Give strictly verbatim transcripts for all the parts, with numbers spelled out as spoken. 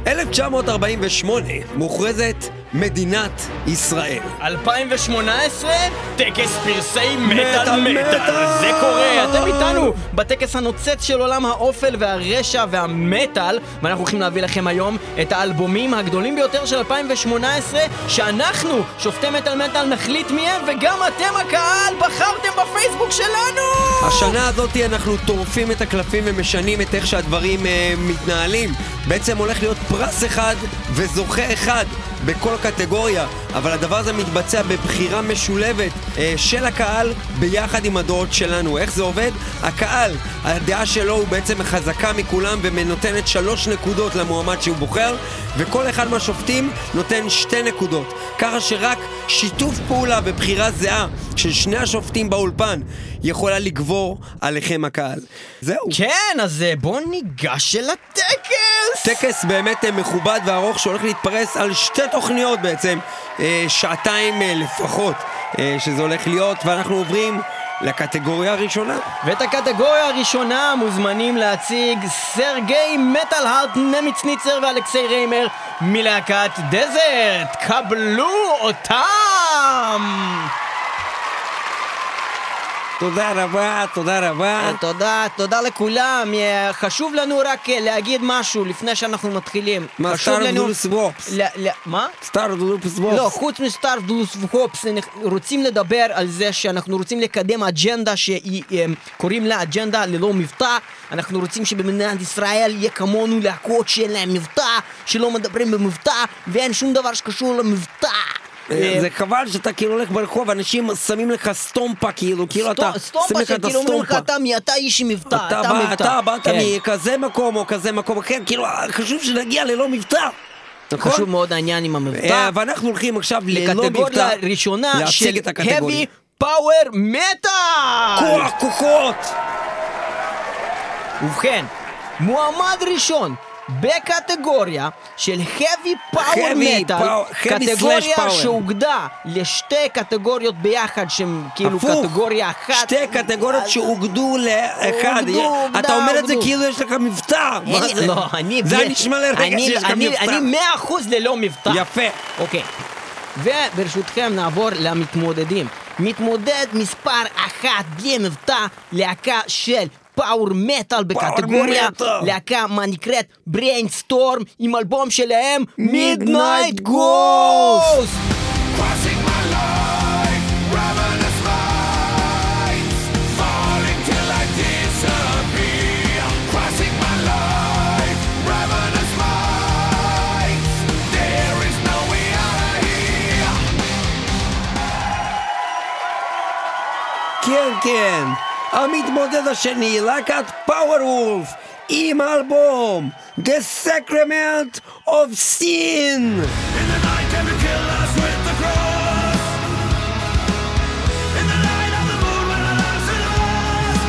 אלף תשע מאות ארבעים ושמונה מוכרזת מדינת ישראל. אלפיים ושמונה עשרה טקס פרסי מטל מטל. זה קורה, אתם איתנו בטקס הנוצץ של עולם האופל והרשע והמטל, ואנחנו הולכים להביא לכם היום את האלבומים הגדולים ביותר של אלפיים ושמונה עשרה, שאנחנו שופטי מטל מטל נחליט מהם, וגם אתם הקהל בחרתם בפייסבוק שלנו. השנה הזאת אנחנו טורפים את הקלפים ומשנים את איך שהדברים אה, מתנהלים. בעצם הולך להיות פרס אחד וזוכה אחד בכל קטגוריה, אבל הדבר הזה מתבצע בבחירה משולבת אה, של הקהל ביחד עם הדעות שלנו. איך זה עובד? הקהל, הדעה שלו הוא בעצם חזקה מכולם ומנותנת שלוש נקודות למועמד שהוא בוחר, וכל אחד מהשופטים נותן שתי נקודות, ככה שרק שיתוף פעולה בבחירה זהה של שני השופטים באולפן יכולה לגבור עליכם הקהל. זהו. כן, אז בואו ניגש אל הטקס. טקס באמת מכובד וארוך שהולך להתפרס על שתי תוכניות בעצם, אה, שעתיים אה, לפחות אה, שזה הולך להיות, ואנחנו עוברים לקטגוריה הראשונה. ואת הקטגוריה הראשונה מוזמנים להציג סרגי מטל הארט נמיצניצר ואלכסי ריימר מלהקת דזרט. קבלו אותם. תודה רבה, תודה רבה. תודה, תודה לכולם. חשוב לנו רק להגיד משהו לפני שאנחנו מתחילים. מה, סטארדלוס וופס? מה? סטארדלוס וופס. לא, חוץ מסטארדלוס וופס, רוצים לדבר על זה שאנחנו רוצים לקדם אג'נדה שקוראים לה אג'נדה ללא מבטא. אנחנו רוצים שבמדינת ישראל יהיה כמונו להקות שאין להם מבטא, שלא מדברים במבטא, ואין שום דבר שקשור למבטא. זה חבל שאתה כאילו הולך ברחוב, אנשים שמים לך סטומפה, כאילו, כאילו אתה סטומפה, שכאילו אומרים לך, אתה איש עם מבטא, אתה מבטא. אתה באת מכזה מקום או כזה מקום אחר, כאילו חשוב שנגיע ללא מבטא. חשוב מאוד העניין עם המבטא. ואנחנו הולכים עכשיו ללא מבטא לקטגוריה הראשונה של heavy power metal. כוח כוחות. ובכן, מועמד ראשון בקטגוריה של heavy power metal, קטגוריה שהוגדה לשתי קטגוריות ביחד, שהן כאילו קטגוריה אחת. שתי קטגוריות שהוגדו לאחד. אתה אומר את זה כאילו יש לך מבטא. לא, אני זה נשמע לרגע שיש לך מבטא. אני מאה אחוז ללא מבטא. יפה. אוקיי, וברשותכם נעבור למתמודדים. מתמודד מספר אחת בלי מבטא, להקה של פאוור מטל בקטגוריה, להקה מה נקראת בריינסטורם, עם אלבום שלהם מידנייט גוסט. כן, כן, המתמודד השני, להקת פאוורוולף, עם האלבום The Sacrament of Sin. In the night came to kill us with the cross. In the light of the moon when the lights are lost.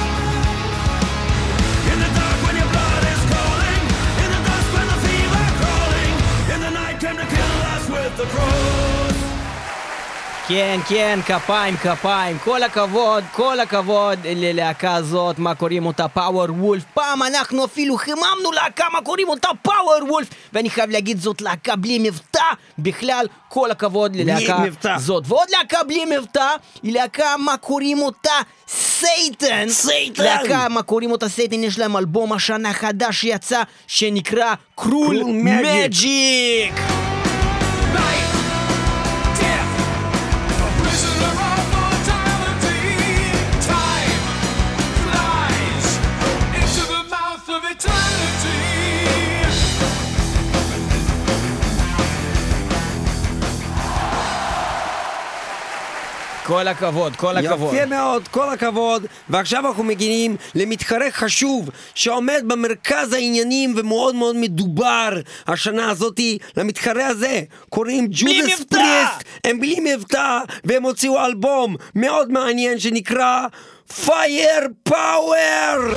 In the dark when your blood is calling. In the dusk when the fever crawling. In the night came to kill us with the cross. כן, כן, כפיים, כפיים, כל הכבוד, כל הכבוד ללהקה הזאת, מה קוראים אותה פאוור וולף. פעם אנחנו אפילו חיממנו להקה, מה קוראים אותה פאוור וולף, ואני חייב להגיד, זאת להקה בלי מבטא. בכלל, כל הכבוד ללהקה זאת. ועוד להקה בלי מבטא, היא להקה, מה קוראים אותה סייטן. סייטן. להקה, מה קוראים אותה סייטן, יש להם אלבום השנה חדש שיצא, שנקרא קרול מג'יק. כל הכבוד, כל הכבוד. יפה מאוד, כל הכבוד. ועכשיו אנחנו מגיעים למתחרה חשוב שעומד במרכז העניינים ומאוד מאוד מדובר השנה הזאת. למתחרה הזה קוראים ג'ודס פריסט. הם בלי מבטא והם הוציאו אלבום מאוד מעניין שנקרא Fire Power.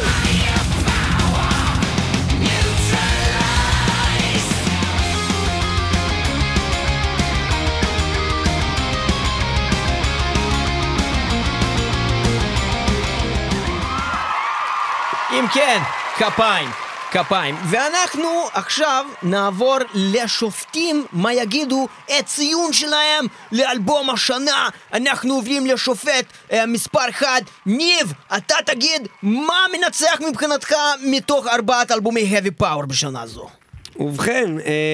אם כן, כפיים, כפיים. ואנחנו עכשיו נעבור לשופטים מה יגידו את ציון שלהם לאלבום השנה. אנחנו עוברים לשופט אה, מספר אחד. ניב, אתה תגיד מה מנצח מבחינתך מתוך ארבעת אלבומי Heavy Power בשנה זו. ובכן,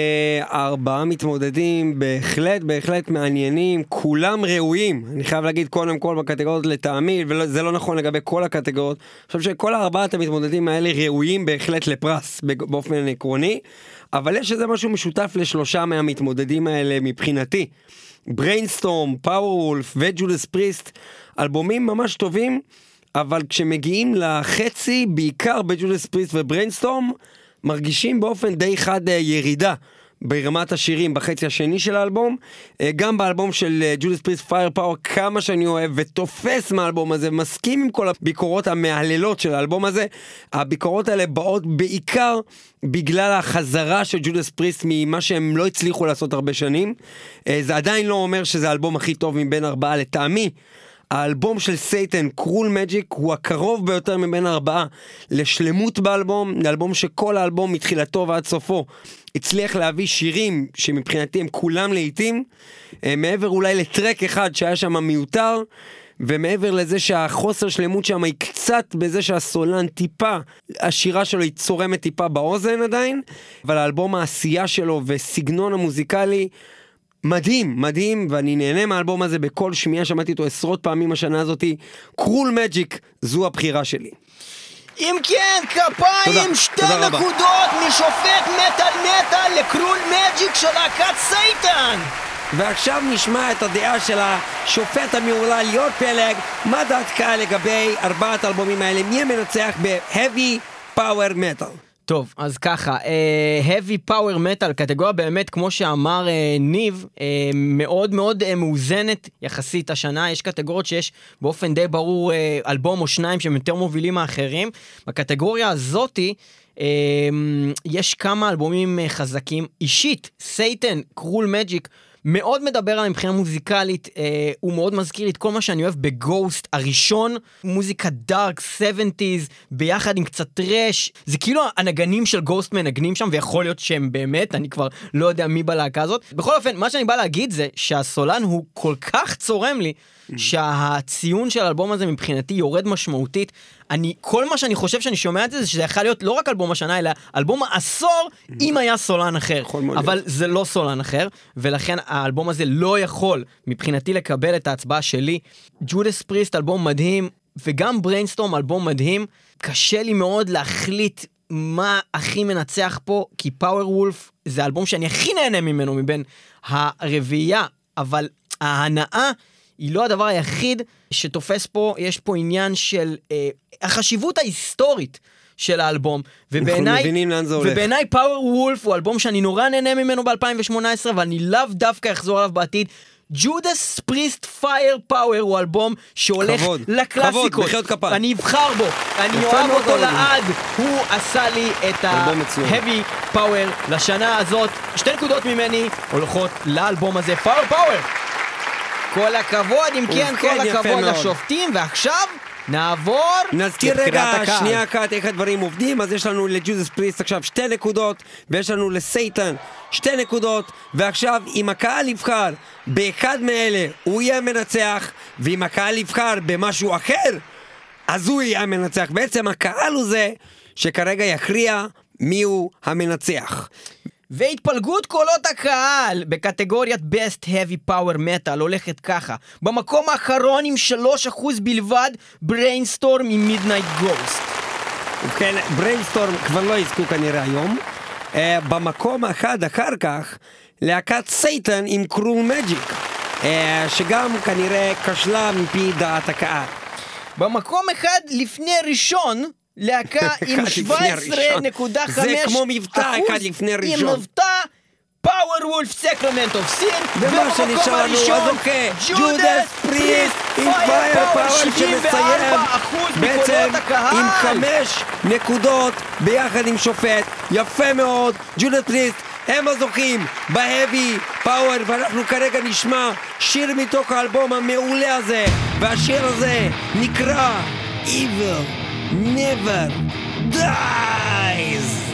אה, ארבעה מתמודדים בהחלט, בהחלט מעניינים, כולם ראויים. אני חייב להגיד קודם כל בקטגוריות לטעמי, וזה לא נכון לגבי כל הקטגוריות. אני חושב שכל הארבעת המתמודדים האלה ראויים בהחלט לפרס באופן עקרוני, אבל יש איזה משהו משותף לשלושה מהמתמודדים האלה מבחינתי. בריינסטורם, פאוורולף וג'ודס פריסט, אלבומים ממש טובים, אבל כשמגיעים לחצי, בעיקר בג'ודס פריסט ובריינסטורם, מרגישים באופן די חד ירידה ברמת השירים בחצי השני של האלבום. גם באלבום של ג'ודס פריסט פייר פאוור, כמה שאני אוהב ותופס מהאלבום הזה, מסכים עם כל הביקורות המעללות של האלבום הזה. הביקורות האלה באות בעיקר בגלל החזרה של ג'ודס פריסט ממה שהם לא הצליחו לעשות הרבה שנים. זה עדיין לא אומר שזה האלבום הכי טוב מבין ארבעה לטעמי. האלבום של סייטן, קרול מג'יק, הוא הקרוב ביותר מבין ארבעה לשלמות באלבום, לאלבום שכל האלבום מתחילתו ועד סופו הצליח להביא שירים שמבחינתי הם כולם לעיתים, מעבר אולי לטרק אחד שהיה שם מיותר, ומעבר לזה שהחוסר שלמות שם היא קצת בזה שהסולן טיפה, השירה שלו היא צורמת טיפה באוזן עדיין, אבל האלבום העשייה שלו וסגנון המוזיקלי מדהים, מדהים, ואני נהנה מהאלבום הזה בכל שמיעה, שמעתי אותו עשרות פעמים השנה הזאת. קרול מג'יק, זו הבחירה שלי. אם כן, כפיים, שתי נקודות משופט מטל מטל לקרול מג'יק של להקת סייטן. ועכשיו נשמע את הדעה של השופט המעולה ליאור פלג. מה דעתך לגבי ארבעת האלבומים האלה? מי המנצח ב-Heavy Power Metal? טוב, אז ככה, uh, Heavy Power Metal, קטגוריה באמת, כמו שאמר uh, ניב, uh, מאוד מאוד uh, מאוזנת יחסית השנה. יש קטגוריות שיש באופן די ברור uh, אלבום או שניים שהם יותר מובילים מאחרים. בקטגוריה הזאת uh, יש כמה אלבומים uh, חזקים. אישית, סייטן, קרול מג'יק, מאוד מדבר עליי מבחינה מוזיקלית, אה, הוא מאוד מזכיר לי את כל מה שאני אוהב בגוסט הראשון, מוזיקה דארק, שבעים, ביחד עם קצת טרש, זה כאילו הנגנים של גוסט מנגנים שם, ויכול להיות שהם באמת, אני כבר לא יודע מי בלהקה הזאת. בכל אופן, מה שאני בא להגיד זה שהסולן הוא כל כך צורם לי, שהציון של האלבום הזה מבחינתי יורד משמעותית. אני, כל מה שאני חושב שאני שומע את זה, זה שזה יכול להיות לא רק אלבום השנה, אלא אלבום העשור, אם היה סולן אחר. אבל זה לא סולן אחר, ולכן האלבום הזה לא יכול, מבחינתי, לקבל את ההצבעה שלי. ג'ודס פריסט, אלבום מדהים, וגם בריינסטורם, אלבום מדהים. קשה לי מאוד להחליט מה הכי מנצח פה, כי פאוור וולף זה האלבום שאני הכי נהנה ממנו, מבין הרביעייה, אבל ההנאה היא לא הדבר היחיד שתופס פה. יש פה עניין של אה, החשיבות ההיסטורית של האלבום, ובעיניי ובעיניי פאוור וולף הוא אלבום שאני נורא נהנה ממנו ב-אלפיים שמונה עשרה, ואני לאו דווקא אחזור עליו בעתיד. ג'ודס פריסט פייר פאוור הוא אלבום שהולך כבוד, לקלאסיקות. כבוד, מחיאות כפיים. אני אבחר בו, אני אוהב אותו לעד. הוא עשה לי את ה-Heavy Power לשנה הזאת. שתי נקודות ממני הולכות לאלבום הזה, פאוור פאוור. כל הכבוד, אם כן, כל הכבוד לשופטים, ועכשיו נעבור נזכיר רגע, שנייה אחת, איך הדברים עובדים. אז יש לנו לג'ודס פריסט עכשיו שתי נקודות, ויש לנו לסייטן שתי נקודות, ועכשיו אם הקהל יבחר באחד מאלה, הוא יהיה מנצח, ואם הקהל יבחר במשהו אחר, אז הוא יהיה מנצח. בעצם הקהל הוא זה שכרגע יכריע מיהו המנצח. והתפלגות קולות הקהל בקטגוריית Best Heavy Power Metal הולכת ככה: במקום האחרון עם שלושה אחוז בלבד, בריינסטורם עם מידנייט גוסט. ובכן, בריינסטורם כבר לא יזכו כנראה היום. uh, במקום אחד אחר כך להקת סייטן עם קרול מג'יק, uh, שגם כנראה כשלה מפי דעת הקהל. במקום אחד לפני ראשון להקה עם שבע עשרה נקודה חמש זה כמו מבטא אחד לפני ראשון, עם מבטא פאוור וולף סקרמנטו סין. ומה שנשאר לנו הזוכה ג'ודס פריסט עם פייר פאוור שמסיים בעצם עם חמש נקודות ביחד עם שופט. יפה מאוד, ג'ודס פריסט הם הזוכים בהאבי פאוור, ואנחנו כרגע נשמע שיר מתוך האלבום המעולה הזה, והשיר הזה נקרא Evil Never Dies.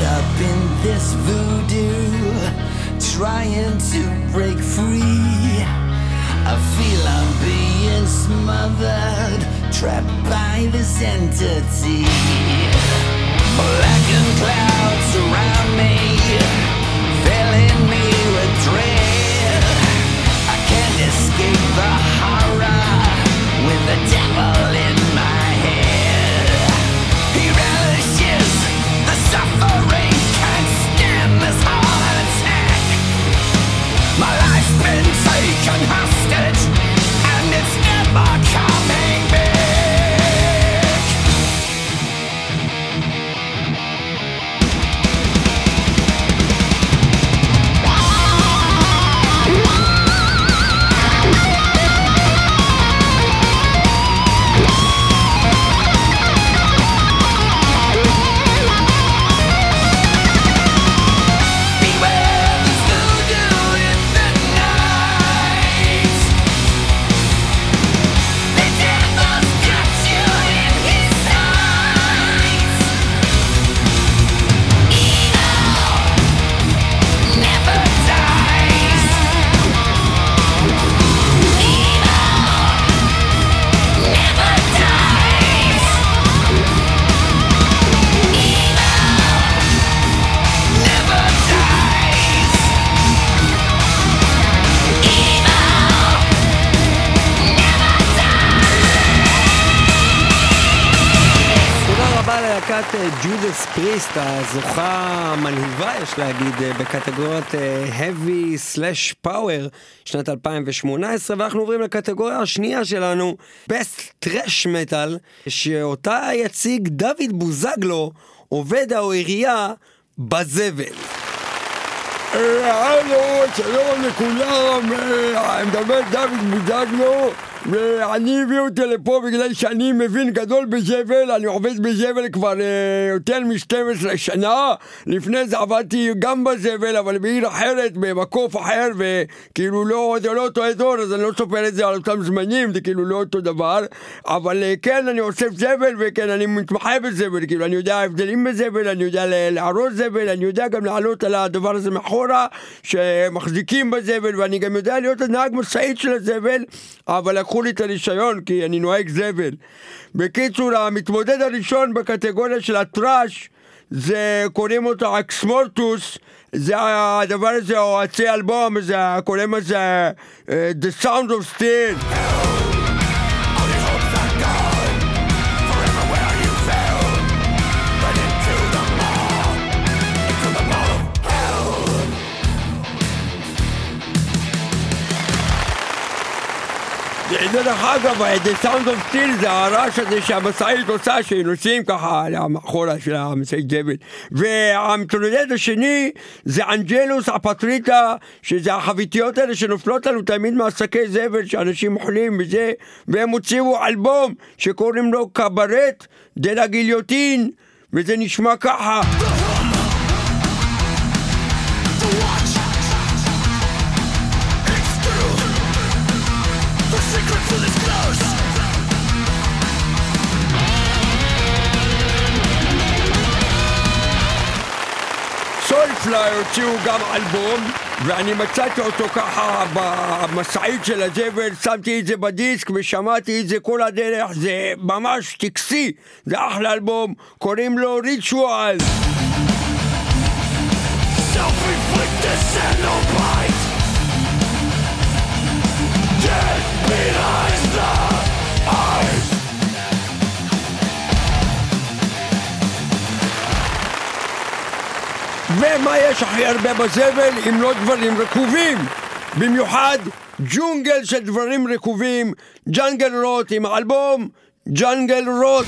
up in this voodoo, trying to break free. I feel I'm being smothered, trapped by this entity. Blackened clouds surround me, filling me with dread. I can't escape the horror with the devil in my head. He relishes the suffering, can't stand this heart attack. My life's been taken hostage, and it's never coming back. ג'ודס פריסט, הזוכה המלהיבה, יש להגיד, בקטגוריית Heavy סלש Power שנת אלפיים ושמונה עשרה, ואנחנו עוברים לקטגוריה השנייה שלנו, Best Trash Metal, שאותה יציג דוד בוזגלו, עובד העירייה בזבל. הלו, שלום לכולם, אני מדבר דוד בוזגלו, ואני הביא אותי לפה בגלל שאני מבין גדול בזבל. אני עובד בזבל כבר uh, יותר מ-שתים עשרה שנה. לפני זה עבדתי גם בזבל, אבל בעיר אחרת, במקוף אחר, וכאילו לא, זה לא אותו אזור, אז אני לא סופר את זה על אותם זמנים, זה כאילו לא אותו דבר. אבל uh, כן, אני אוסף זבל, וכן, אני מתמחה בזבל, כאילו אני יודע הבדלים בזבל, אני יודע להרוס זבל, אני יודע גם לעלות על הדבר הזה מאחורה, שמחזיקים בזבל, ואני גם יודע להיות הנהג משאית של הזבל, אבל לקחו לי את הרישיון כי אני נוהג זבל. בקיצור, המתמודד הראשון בקטגוריה של הטראש, זה קוראים אותו אקסמורטוס, זה הדבר הזה, או עצי אלבום, זה קוראים לזה uh, The Sound of Steel. דרך אגב, The Sound of Steel זה הרעש הזה שהמסעית עושה, שנוסעים ככה מאחורה של המסעית זבל. והמתמודד השני זה אנג'לוס אפטריטה, שזה החביתיות האלה שנופלות לנו תמיד מעסקי זבל שאנשים אוכלים בזה, והם הוציאו אלבום שקוראים לו קברט דה לה גיליוטין, וזה נשמע ככה. סולפליי הוציאו גם אלבום, ואני מצאתי אותו ככה במסעית של הזבל, שמתי את זה בדיסק ושמעתי את זה כל הדרך, זה ממש טקסי, זה אחלה אלבום, קוראים לו ריטואל. Self-inflicted Cenobite, dead behind the eyes. ומה יש הכי הרבה בזבל אם לא דברים רקובים? במיוחד ג'ונגל של דברים רקובים, ג'נגל רוט עם האלבום ג'נגל רוט.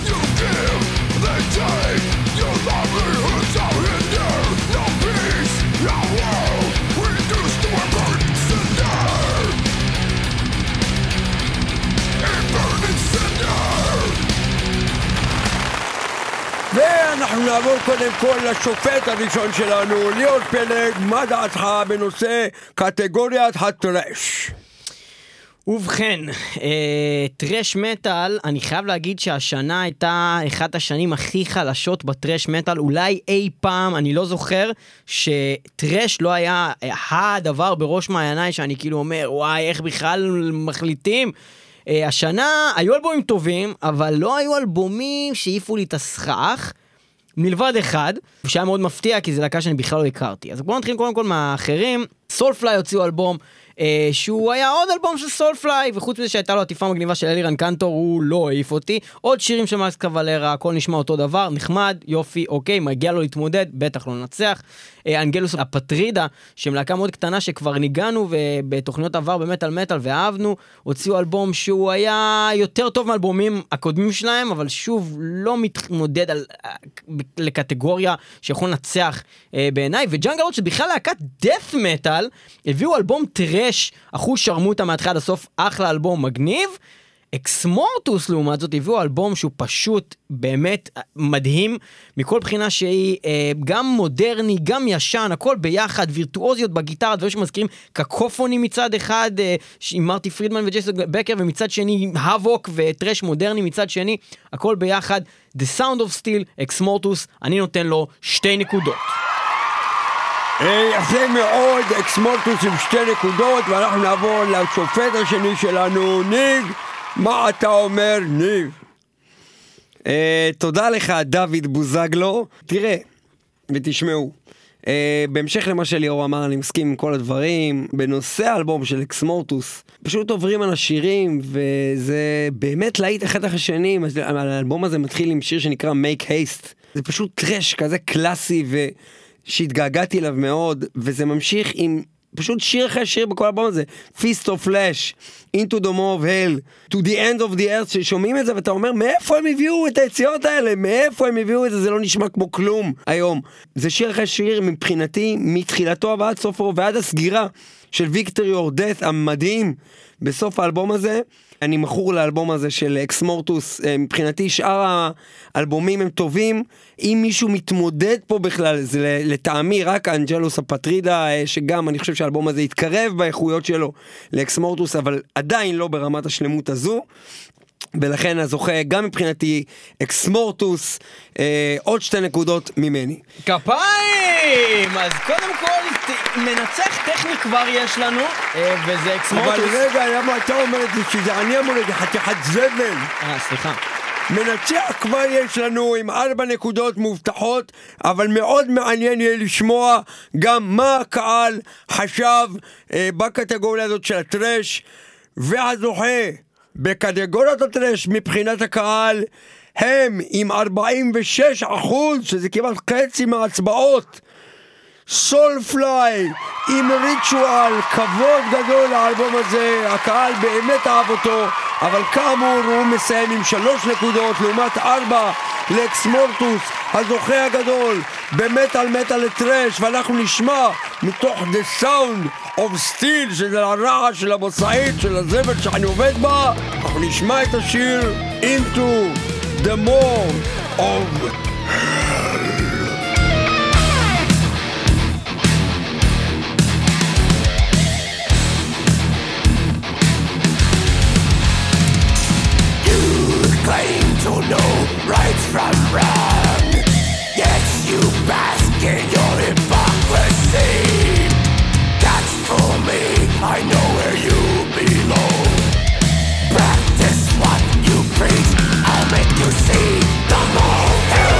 ואנחנו נעבור קודם כל לשופט הראשון שלנו, ליאור פלג, מה דעתך בנושא קטגוריית הטרש? ובכן, אה, טרש מטל, אני חייב להגיד שהשנה הייתה אחת השנים הכי חלשות בטרש מטל, אולי אי פעם, אני לא זוכר שטרש לא היה הדבר בראש מעייניי, שאני כאילו אומר, וואי, איך בכלל מחליטים? אה, השנה היו אלבומים טובים, אבל לא היו אלבומים שהעיפו לי את הסכך, מלבד אחד, שהיה מאוד מפתיע, כי זה להקה שאני בכלל לא הכרתי. אז בואו נתחיל קודם כל מהאחרים. סולפליי הוציאו אלבום, אה, שהוא היה עוד אלבום של סולפליי, וחוץ מזה שהייתה לו עטיפה מגניבה של אלירן קנטור, הוא לא העיף אותי. עוד שירים של מיילס קוולרה, הכל נשמע אותו דבר, נחמד, יופי, אוקיי, מגיע לו להתמודד, בטח לא ננצח. אה, אנגלוס הפטרידה, שהם להקה מאוד קטנה שכבר ניגענו, ובתוכניות עבר במטל מטל ואהבנו, הוציאו אלבום שהוא היה יותר טוב מאלבומים הקודמים שלהם, אבל שוב, לא מתמודד על, לקטגוריה שיכול לנצח אה, בעיניי, וג'אנגלרות שבכלל להקת דף מטל, הביאו אלבום טרש, אחוז שרמוטה מהתחילת הסוף, אחלה אלבום מגניב. אקסמורטוס לעומת זאת הביאו אלבום שהוא פשוט באמת מדהים, מכל בחינה שהיא אה, גם מודרני, גם ישן, הכל ביחד, וירטואוזיות בגיטרה, דברים שמזכירים קקופוני מצד אחד, אה, עם מרטי פרידמן וג'ייסון בקר, ומצד שני הבוק וטרש מודרני מצד שני, הכל ביחד. The Sound of Steel, אקסמורטוס, אני נותן לו שתי נקודות. יפה מאוד, אקסמורטוס עם שתי נקודות, ואנחנו נעבור לשופט השני שלנו, ניב. מה אתה אומר, ניב? תודה לך, דוד בוזגלו. תראה, ותשמעו, בהמשך למה שליאור אמר, אני מסכים עם כל הדברים. בנושא האלבום של אקסמורטוס, פשוט עוברים על השירים, וזה באמת להיט אחד אחרי השני. האלבום הזה מתחיל עם שיר שנקרא Make Haste. זה פשוט טרש כזה קלאסי, ו... שהתגעגעתי אליו מאוד, וזה ממשיך עם פשוט שיר אחרי שיר בכל האלבום הזה. Feast of Flesh, Into the More of Hell, To the End of the Earth, ששומעים את זה ואתה אומר, מאיפה הם הביאו את היציאות האלה? מאיפה הם הביאו את זה? זה לא נשמע כמו כלום היום. זה שיר אחרי שיר מבחינתי, מתחילתו ועד סופו ועד הסגירה של Victory or Death המדהים בסוף האלבום הזה. אני מכור לאלבום הזה של אקסמורטוס, מבחינתי שאר האלבומים הם טובים, אם מישהו מתמודד פה בכלל, זה לטעמי רק אנגלוס הפטרידה, שגם אני חושב שהאלבום הזה יתקרב באיכויות שלו לאקסמורטוס, אבל עדיין לא ברמת השלמות הזו, ולכן הזוכה גם מבחינתי אקסמורטוס, אה, עוד שתי נקודות ממני. כפיים! אז קודם כל מנצח טכני כבר יש לנו, אה, וזה אקסמורטוס. אבל רגע, למה אתה אומר את זה שזה אני אמור להגיד חתיכת זבל? אה, סליחה. מנצח כבר יש לנו עם ארבע נקודות מובטחות, אבל מאוד מעניין יהיה לשמוע גם מה הקהל חשב אה, בקטגוריה הזאת של הטרש, והזוכה בקטגוריית הטרש מבחינת הקהל הם עם ארבעים ושש אחוז, שזה כמעט חצי מההצבעות. סולפליי עם ריטואל, כבוד גדול לאלבום הזה, הקהל באמת אהב אותו, אבל כאמור הוא מסיים עם שלוש נקודות לעומת ארבע לאקסמורטוס, הזוכה הגדול במטל מטל לטרש, ואנחנו נשמע מתוך The Sound of Steel, שזה הרעש של הבצעית של הזבל שאני עובד בה, אנחנו נשמע את השיר Into the More of claim to know right from wrong, yet you bask in your hypocrisy. That's for me, I know where you belong. Practice what you preach, I'll make you see the more hell.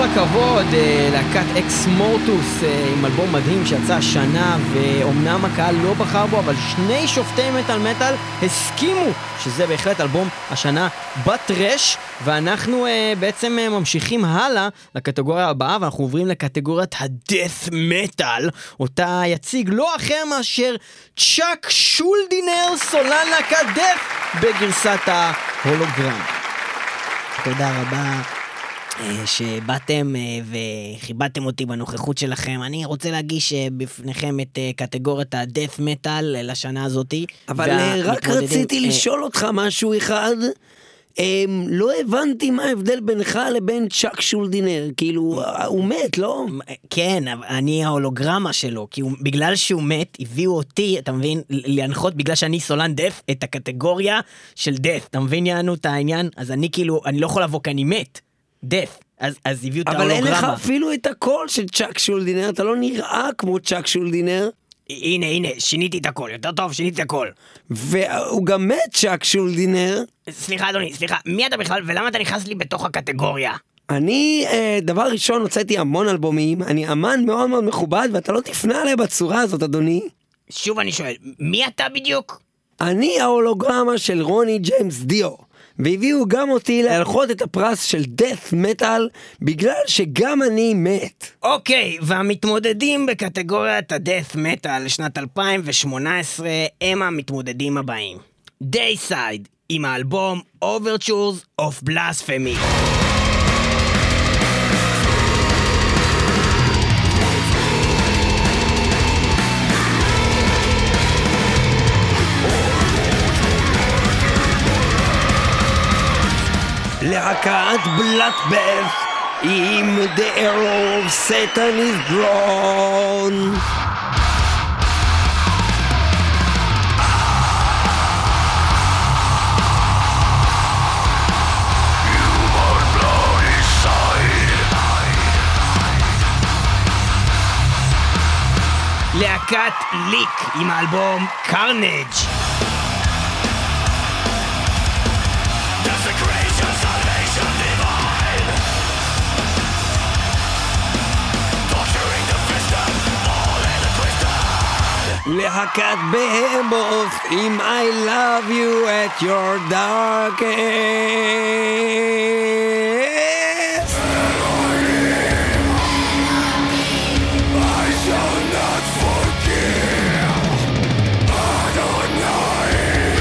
הכבוד, להקת אקס מורטוס עם אלבום מדהים שיצא השנה, ואומנם הקהל לא בחר בו, אבל שני שופטי מטל מטל הסכימו שזה בהחלט אלבום השנה בטרש. ואנחנו בעצם ממשיכים הלאה לקטגוריה הבאה, ואנחנו עוברים לקטגוריית הדף מטל, אותה יציג לא אחר מאשר צ'אק שולדינר, סולן להקת דף בגרסת ההולוגרם. תודה רבה שבאתם וחיבדתם אותי בנוכחות שלכם. אני רוצה להגיש בפניכם את קטגוריית הדף מטל לשנה הזאת. אבל רק רציתי לשאול אותך משהו אחד. לא הבנתי מה ההבדל בינך לבין צ'אק שולדינר, כאילו הוא מת, לא? כן, אני ההולוגרמה שלו, כי בגלל שהוא מת הביאו אותי, אתה מבין, להנחות בגלל שאני סולן דף את הקטגוריה של דף, אתה מבין יענו את העניין? אז אני כאילו, אני לא יכול לבוא כי אני מת, דף, אז, אז הביאו את ההולוגרמה. אבל אין לך אפילו את הקול של צ'אק שולדינר, אתה לא נראה כמו צ'אק שולדינר. הנה, הנה, שיניתי את הכל, יותר טוב, שיניתי את הכל. והוא גם מת, צ'אק שולדינר. סליחה, אדוני, סליחה, מי אתה בכלל, ולמה אתה נכנס לי בתוך הקטגוריה? אני, אה, דבר ראשון, הוצאתי המון אלבומים, אני אמן מאוד מאוד מכובד, ואתה לא תפנה עליי בצורה הזאת, אדוני. שוב אני שואל, מי אתה בדיוק? אני ההולוגרמה של רוני ג'יימס דיו. והביאו גם אותי להלכות את הפרס של דף מטל, בגלל שגם אני מת. אוקיי, והמתמודדים בקטגוריית הדף מטל לשנת אלפיים ושמונה עשרה הם המתמודדים הבאים. דייסייד עם האלבום Overtures of Blasphemy. להקת בלאדבאת' עם The Arrow of Satan is Drawn. להקת ליק עם האלבום Carnage. להקת בהמות עם I love you at your darkest. I shall not forgive. Adonai.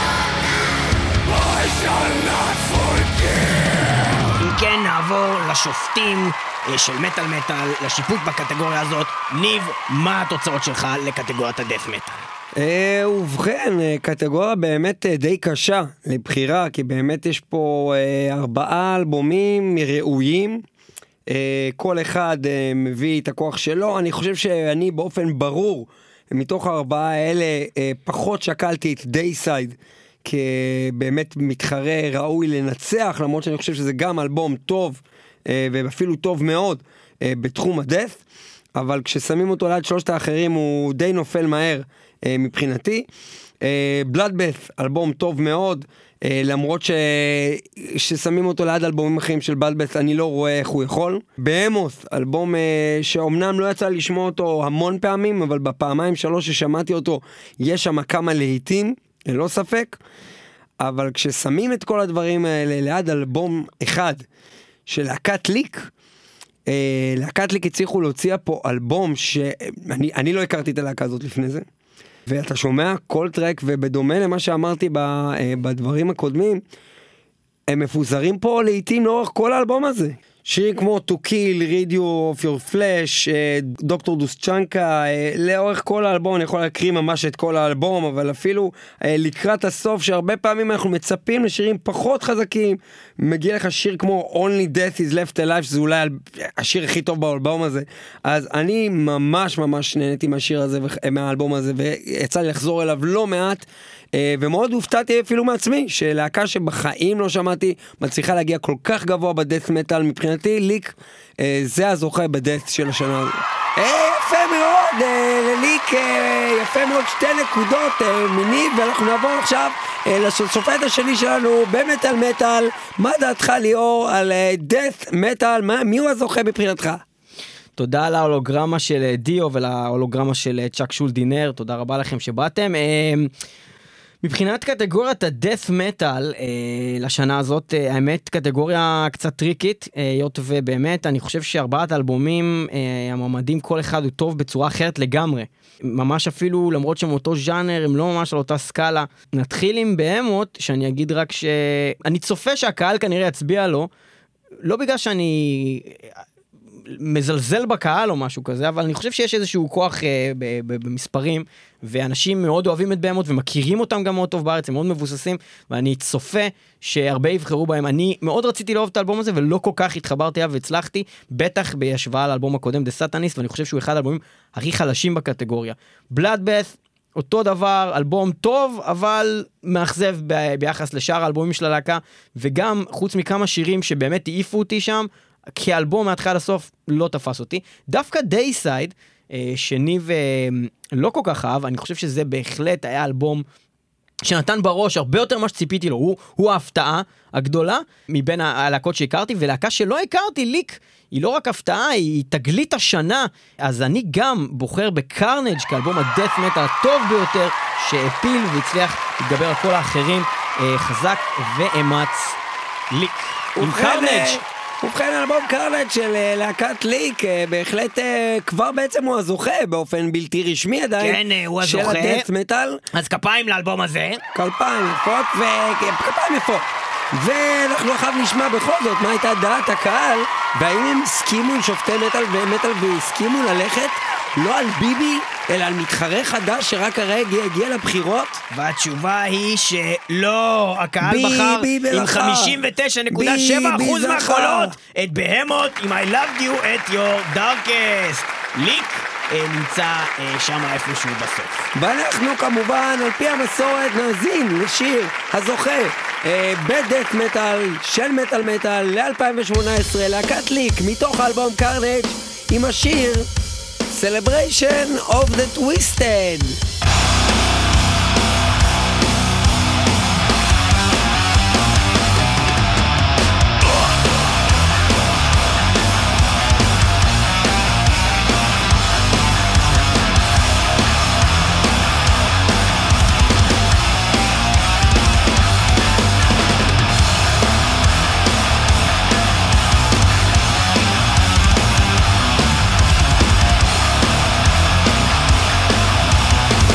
I shall not forgive. אם כן, נעבור לשופטים של מטל מטל, לשיפוט בקטגוריה הזאת. ניב, מה התוצאות שלך לקטגוריית הדף מטל? ובכן, קטגוריה באמת די קשה לבחירה, כי באמת יש פה ארבעה אלבומים ראויים, כל אחד מביא את הכוח שלו. אני חושב שאני באופן ברור, מתוך הארבעה האלה, פחות שקלתי את דייסייד, כבאמת מתחרה ראוי לנצח, למרות שאני חושב שזה גם אלבום טוב, ואפילו טוב מאוד בתחום הדף, אבל כששמים אותו ליד שלושת האחרים הוא די נופל מהר מבחינתי. בלאדבאת' אלבום טוב מאוד, למרות ש... ששמים אותו ליד אלבומים אחרים של בלאדבאת' אני לא רואה איך הוא יכול. בהמות, אלבום שאומנם לא יצא לשמוע אותו המון פעמים, אבל בפעמיים שלוש ששמעתי אותו יש שם כמה להיטים, לא ספק. אבל כששמים את כל הדברים האלה ליד אלבום אחד של להקת ליק, אה, להקת ליק הצליחו להוציא פה אלבום שאני אני לא הכרתי את הלהקה הזאת לפני זה, ואתה שומע כל טרק, ובדומה למה שאמרתי ב, אה, בדברים הקודמים, הם מפוזרים פה לעתים לאורך כל האלבום הזה. שירים כמו To Kill, Rid You of Your Flesh, דוקטור דוסצ'נקה, לאורך כל האלבום, אני יכול להקריא ממש את כל האלבום, אבל אפילו לקראת הסוף, שהרבה פעמים אנחנו מצפים לשירים פחות חזקים, מגיע לך שיר כמו Only Death is Left Alive, שזה אולי השיר הכי טוב באלבום הזה. אז אני ממש ממש נהניתי מהשיר הזה, מהאלבום הזה, ויצא לי לחזור אליו לא מעט, ומאוד הופתעתי אפילו מעצמי, שלהקה שבחיים לא שמעתי, מצליחה להגיע כל כך גבוה בדאט מטל. מבחינתי ליק זה הזוכה בדאט של השנה הזאת. יפה מאוד. מאוד, ליק, יפה מאוד, שתי נקודות מניב, ואנחנו נעבור עכשיו לשופט השני שלנו במטל מטל. מה דעתך ליאור על דאט מטל? מי הוא הזוכה מבחינתך? תודה על ההולוגרמה של דיו ולהולוגרמה של צ'אק שולדינר, תודה רבה לכם שבאתם. מבחינת קטגוריית הדאט מטל לשנה הזאת, האמת קטגוריה קצת טריקית, היות ובאמת אני חושב שארבעת האלבומים המועמדים כל אחד הוא טוב בצורה אחרת לגמרי, ממש אפילו למרות שהם אותו ז'אנר, הם לא ממש על אותה סקאלה. נתחיל עם בהמות, שאני אגיד רק שאני צופה שהקהל כנראה יצביע לו, לא בגלל שאני מזלזל בקהל או משהו כזה, אבל אני חושב שיש איזשהו כוח אה, ב- ב- במספרים, ואנשים מאוד אוהבים את בהמות ומכירים אותם גם מאוד טוב בארץ, הם מאוד מבוססים, ואני צופה שהרבה יבחרו בהם. אני מאוד רציתי לאהוב את האלבום הזה, ולא כל כך התחברתי אליו והצלחתי, בטח בהשוואה לאלבום הקודם, The Satanist, ואני חושב שהוא אחד האלבומים הכי חלשים בקטגוריה. Bloodbath, אותו דבר, אלבום טוב, אבל מאכזב ב- ביחס לשאר האלבומים של הלהקה, וגם חוץ מכמה שירים שבאמת העיפו אותי שם, כאלבום מהתחלה לסוף לא תפס אותי. דווקא דייסייד, שניב לא כל כך אהב, אני חושב שזה בהחלט היה אלבום שנתן בראש הרבה יותר מה שציפיתי לו, הוא, הוא ההפתעה הגדולה מבין הלהקות שהכרתי, ולהקה שלא הכרתי, ליק, היא לא רק הפתעה, היא תגלית השנה, אז אני גם בוחר בקרנג' כאלבום הדאט מטל הטוב ביותר, שהפיל והצליח להתגבר על כל האחרים, חזק ואמץ ליק. עם קרנג'. ובכן, אלבום קרנג' של להקת ליק, בהחלט כבר בעצם הוא הזוכה באופן בלתי רשמי עדיין. כן, הוא הזוכה. של הדאט מטל. אז כפיים לאלבום הזה. כפיים יפות, וכפיים יפות. ואנחנו עכשיו נשמע בכל זאת מה הייתה דעת הקהל, והאם הם הסכימו עם שופטי מטל ומטל והסכימו ללכת לא על ביבי, אלא על מתחרה חדש שרק הרגע הגיע לבחירות? והתשובה היא שלא, הקהל בי, בחר ביבי עם לחר. חמישים ותשע נקודה שבע אחוז ביבי מהקולות את בהמות עם I loved you at your darkest. ליק אה, נמצא אה, שם איפשהו בסוף. ואנחנו כמובן על פי המסורת נאזין לשיר הזוכה אה, בדאט מטל של מטל מטל ל-אלפיים שמונה עשרה, להקת ליק מתוך האלבום קרנג' עם השיר Celebration of the Twisted. Celebration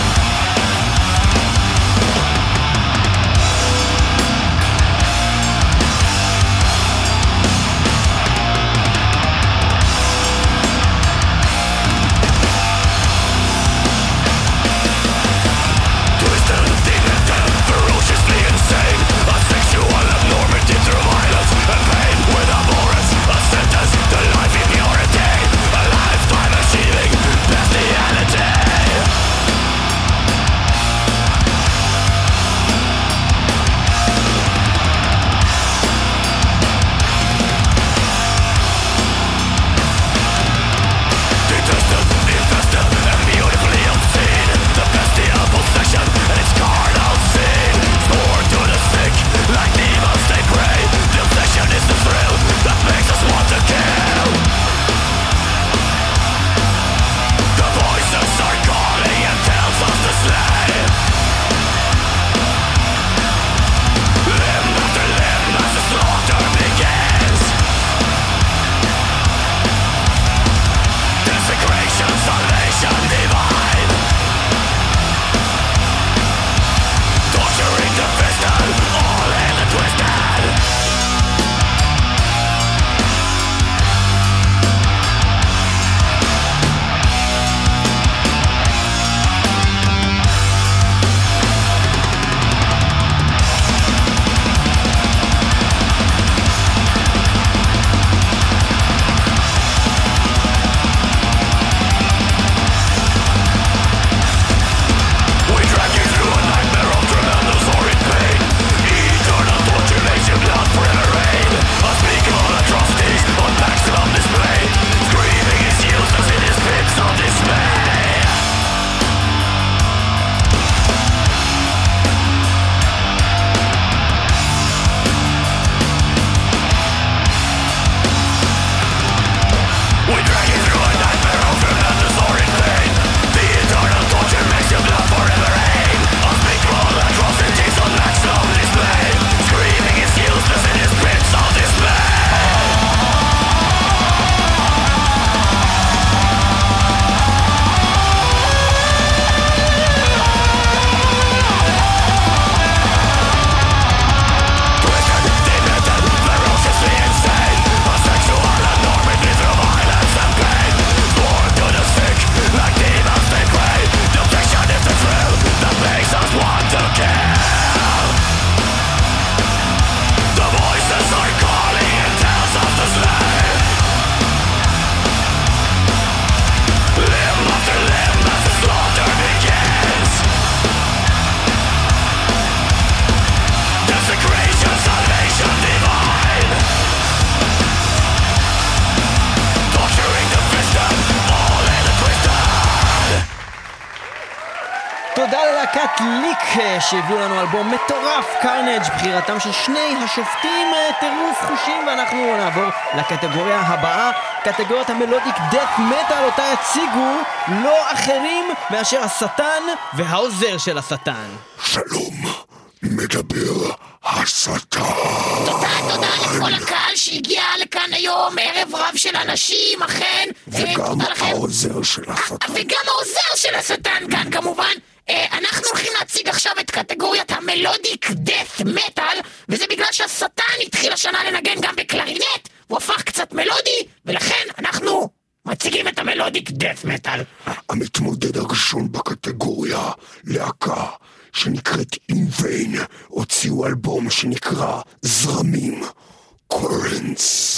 ללהקת ליק שהביאו לנו אלבום מטורף, קרנג', בחירתם של שני השופטים, טירוף חושים, ואנחנו נעבור לקטגוריה הבאה, קטגוריית המלודיק דף מטל, אותה יציגו לא אחרים מאשר השטן והעוזר של השטן. שלום, מדבר השטן. תודה, תודה לכל הקהל שהגיע לכאן היום, ערב רב של אנשים, אכן. וגם העוזר של השטן. וגם העוזר של השטן כאן כמובן. אנחנו הולכים להציג עכשיו את קטגוריית המלודיק דף מטל, וזה בגלל שהשטן התחיל השנה לנגן גם בקלרינט, הוא הפך קצת מלודי, ולכן אנחנו מציגים את המלודיק דף מטל. המתמודד הראשון בקטגוריה, להקה שנקראת אינוויין, הוציאו אלבום שנקרא זרמים, קורנס.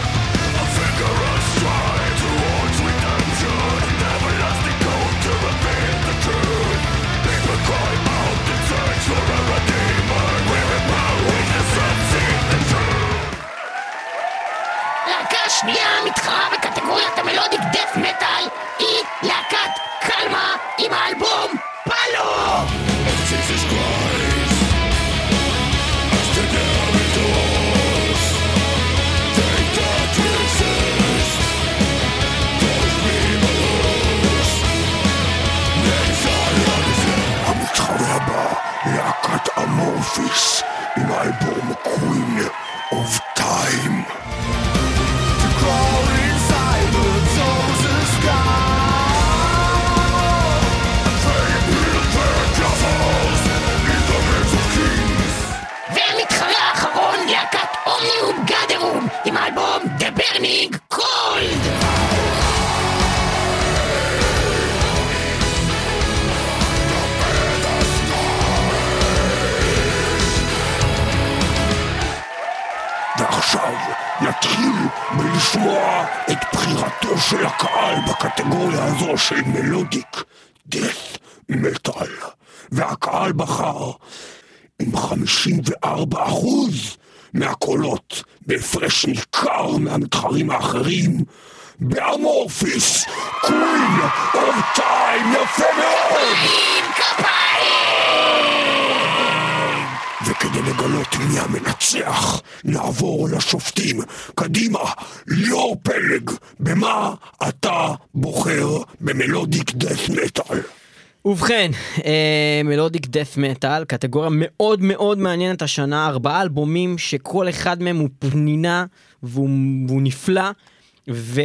להקה השנייה מתחרה בקטגוריית המלודיק דף מטל היא להקת קלמה עם האלבום פאלו. המתחרה הבא, להקת אמורפיס עם האלבום קווין אוף טיים. והמתחרה האחרון, להקת אומניום גאדרום עם האלבום The Burning Cold. ועכשיו נתחיל בלשמוע את בחירתו של הקהל בקטגוריה הזו של מלודיק דף מטל, והקהל בחר עם חמישים וארבעה אחוז מהקולות בהפרש ניכר מהמתחרים האחרים באמורפיס קווין אוף טיים. יפה מאוד. וכדי לגלות מי המנצח, נעבור לשופטים. קדימה, ליאור פלג, במה אתה בוחר במלודיק דף מטל? ובכן, אה, מלודיק דף מטל, קטגוריה מאוד מאוד מעניינת השנה, ארבעה אלבומים שכל אחד מהם הוא פנינה והוא, והוא נפלא ו...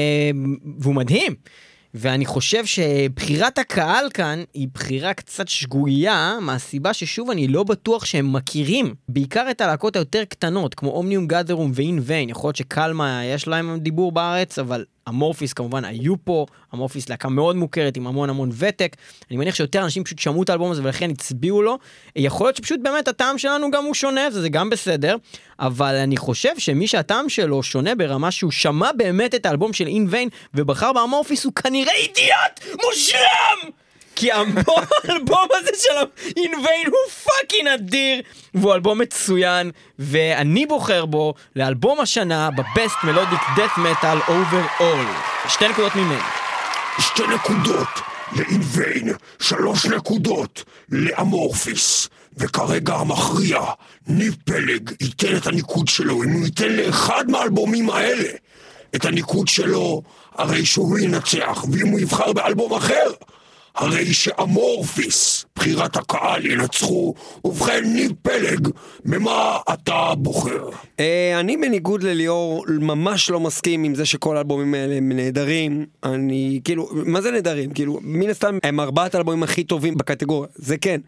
והוא מדהים. ואני חושב שבחירת הקהל כאן היא בחירה קצת שגויה, מהסיבה ששוב אני לא בטוח שהם מכירים, בעיקר את הלהקות היותר קטנות, כמו אומניום גאדרום ואינוויין. יכול להיות שקלמה יש להם דיבור בארץ, אבל אמורפיס כמובן היו פה, אמורפיס להקה מאוד מוכרת עם המון המון ותק, אני מניח שיותר אנשים פשוט שמעו את האלבום הזה ולכן הצביעו לו, יכול להיות שפשוט באמת הטעם שלנו גם הוא שונה, זה גם בסדר, אבל אני חושב שמי שהטעם שלו שונה ברמה שהוא שמע באמת את האלבום של אינוויין ובחר באמורפיס הוא כנראה אידיוט מושלם! כי האלבום הזה של אינוויין הוא פאקינג אדיר, והוא אלבום מצוין, ואני בוחר בו לאלבום השנה בבסט מלודיק דף מטל אוברול. שתי נקודות ממני. שתי נקודות לאינוויין, שלוש נקודות לאמורפיס, וכרגע המכריע, ניב פלג, ייתן את הניקוד שלו. אם הוא ייתן לאחד מהאלבומים האלה את הניקוד שלו, הרי שהוא ינצח, ואם הוא יבחר באלבום אחר, הרי שאמורפיס, בחירת הקהל, ינצחו. ובכן, ניב פלג, במה אתה בוחר? אני בניגוד לליאור ממש לא מסכים עם זה שכל האלבומים האלה הם נהדרים. אני, כאילו, מה זה נהדרים? כאילו, מן הסתם הם ארבעת האלבומים הכי טובים בקטגוריה, זה כן.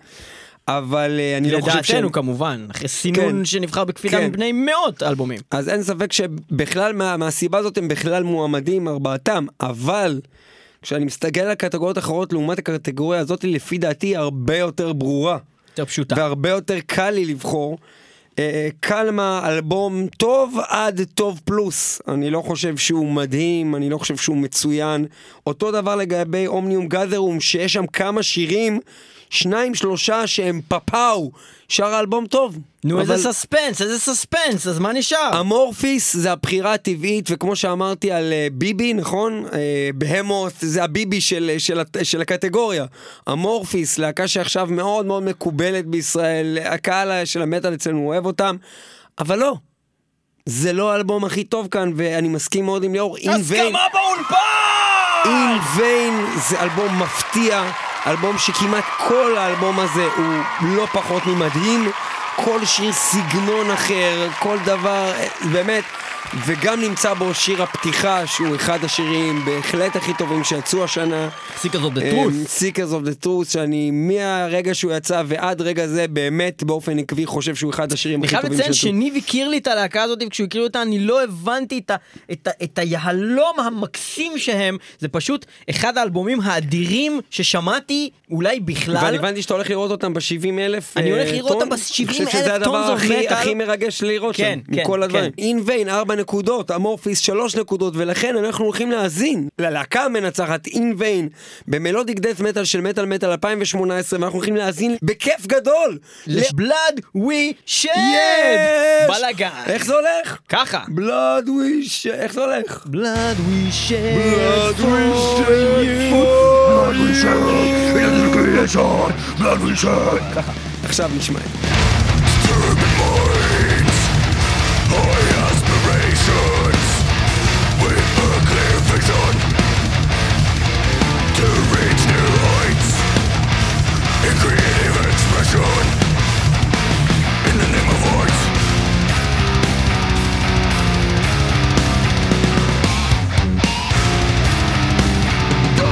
אבל אני לא חושב שהם... לדעתנו כמובן, אחרי סינון שנבחר בקפידה מבני מאות אלבומים. אז אין ספק שבכלל, מהסיבה הזאת הם בכלל מועמדים ארבעתם, אבל... כשאני מסתכל על הקטגוריות האחרות לעומת הקטגוריה הזאת, לפי דעתי הרבה יותר ברורה. יותר פשוטה. והרבה יותר קל לי לבחור. קלמה, אלבום טוב עד טוב פלוס. אני לא חושב שהוא מדהים, אני לא חושב שהוא מצוין. אותו דבר לגבי אומניום גאדרום, שיש שם כמה שירים שניים שלושה שהם פפאו, שר האלבום טוב. נו, אבל... איזה סספנס, איזה סספנס, אז מה נשאר? אמורפיס זה הבחירה הטבעית, וכמו שאמרתי על uh, ביבי, נכון? Uh, בהמוס זה הביבי של, של, של, של הקטגוריה. אמורפיס, להקה שעכשיו מאוד מאוד מקובלת בישראל, הקהל של המטל אצלנו אוהב אותם, אבל לא. זה לא האלבום הכי טוב כאן, ואני מסכים מאוד עם ליאור. הסכמה באולפן! In Vain זה אלבום מפתיע, אלבום שכמעט כל האלבום הזה הוא לא פחות ממדהים, כל שיר סגנון אחר, כל דבר, באמת, וגם נמצא בו שיר הפתיחה, שהוא אחד השירים בהחלט הכי טובים שיצאו השנה. Seekers of the Truth. Seekers of the Truth, שאני מהרגע שהוא יצא ועד רגע זה, באמת באופן עקבי חושב שהוא אחד השירים הכי טובים שיצאו. אני חייב לציין שניב הכיר לי את הלהקה הזאת, וכשהוא הכיר אותה אני לא הבנתי את, ה, את, ה, את היהלום המקסים שהם, זה פשוט אחד האלבומים האדירים ששמעתי אולי בכלל. ואני הבנתי שאתה הולך לראות אותם ב-שבעים אלף טון. אני הולך לראות אותם ב-שבעים אלף טון. שזה הדבר הכי, הכי מרגש לראות כן, שם, כן, מכל הדברים. כן. In Vain, ארבע נקודות, אמורפיס, שלוש נקודות, ולכן אנחנו הולכים להאזין ללהקה המנצחת In Vain, במלודיק דאט מטל של מטל מטל אלפיים שמונה עשרה, ואנחנו הולכים להאזין בכיף גדול. לבלאד ווי שד! יש! בלגן. איך זה הולך? ככה. Blood we shed, איך זה הולך? Blood we shed Blood we for shed you. Blood we shed in the creation. Blood we shed. ככה, עכשיו נשמע. Turbid minds, high aspirations, with a clear vision to reach new heights in creative expression. In the name of art.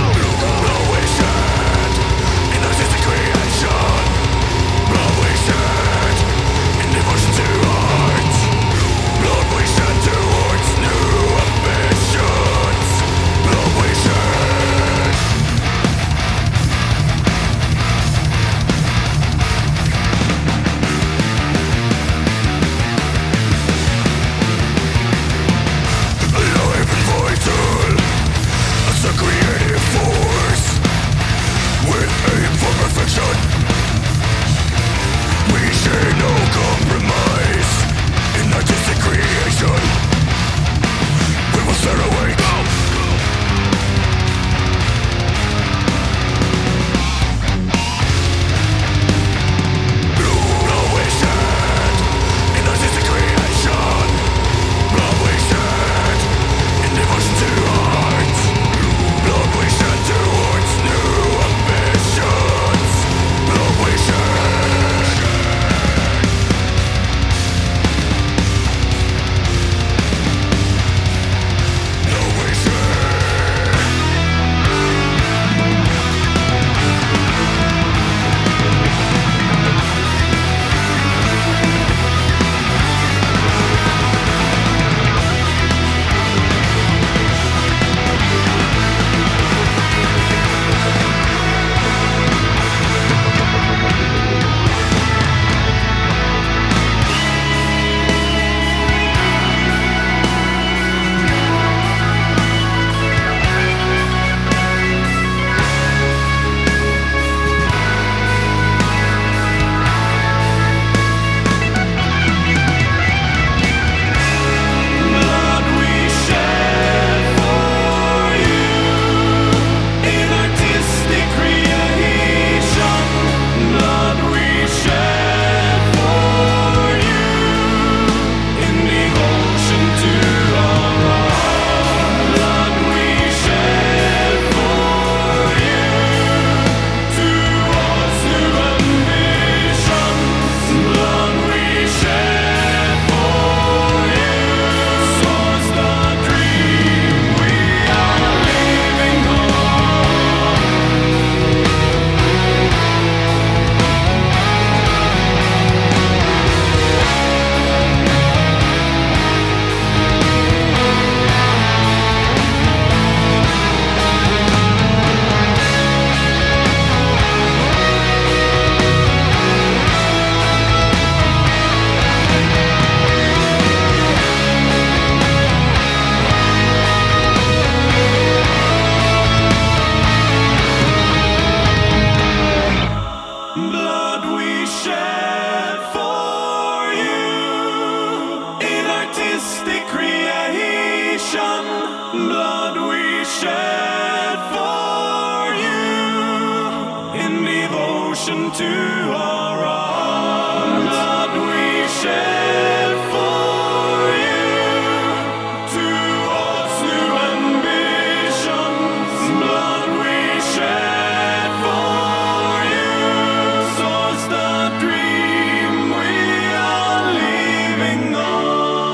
Blood we shed in artistic creation. Blood we shed. to our arms. Blood we shed for you. Towards new ambitions. Blood we shed for you. Source the dream we are leaving on.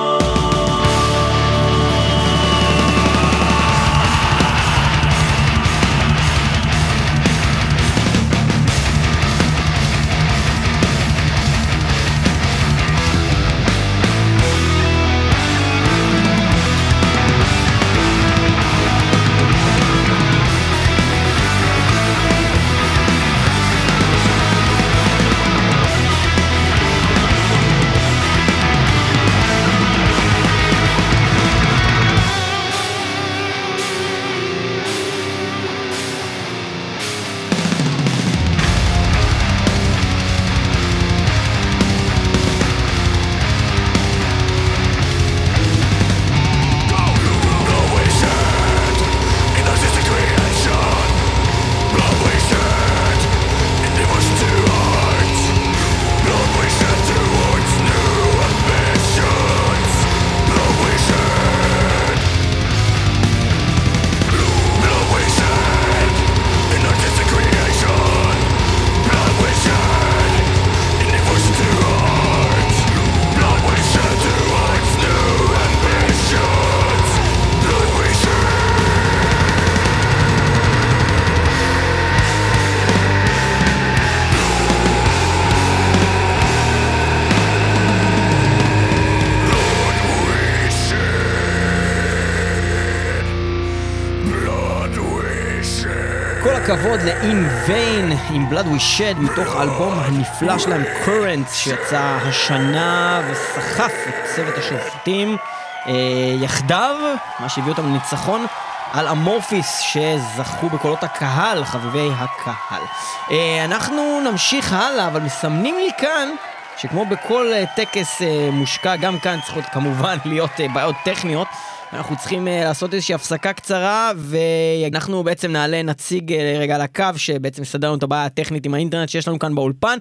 הכבוד ל-In Vain עם Blood We Shed מתוך האלבום הנפלא שלהם Currents שיצא השנה וסחף את צוות השופטים אה, יחדיו, מה שהביא אותם לניצחון על אמורפיס שזכו בקולות הקהל, חביבי הקהל. אה, אנחנו נמשיך הלאה, אבל מסמנים לי כאן שכמו בכל אה, טקס אה, מושקע, גם כאן צריכות כמובן להיות אה, בעיות טכניות. אנחנו צריכים uh, לעשות איזושהי הפסקה קצרה, ואנחנו בעצם נעלה נציג uh, רגע על הקו, שבעצם מסדר לנו את הבעיה הטכנית עם האינטרנט שיש לנו כאן באולפן.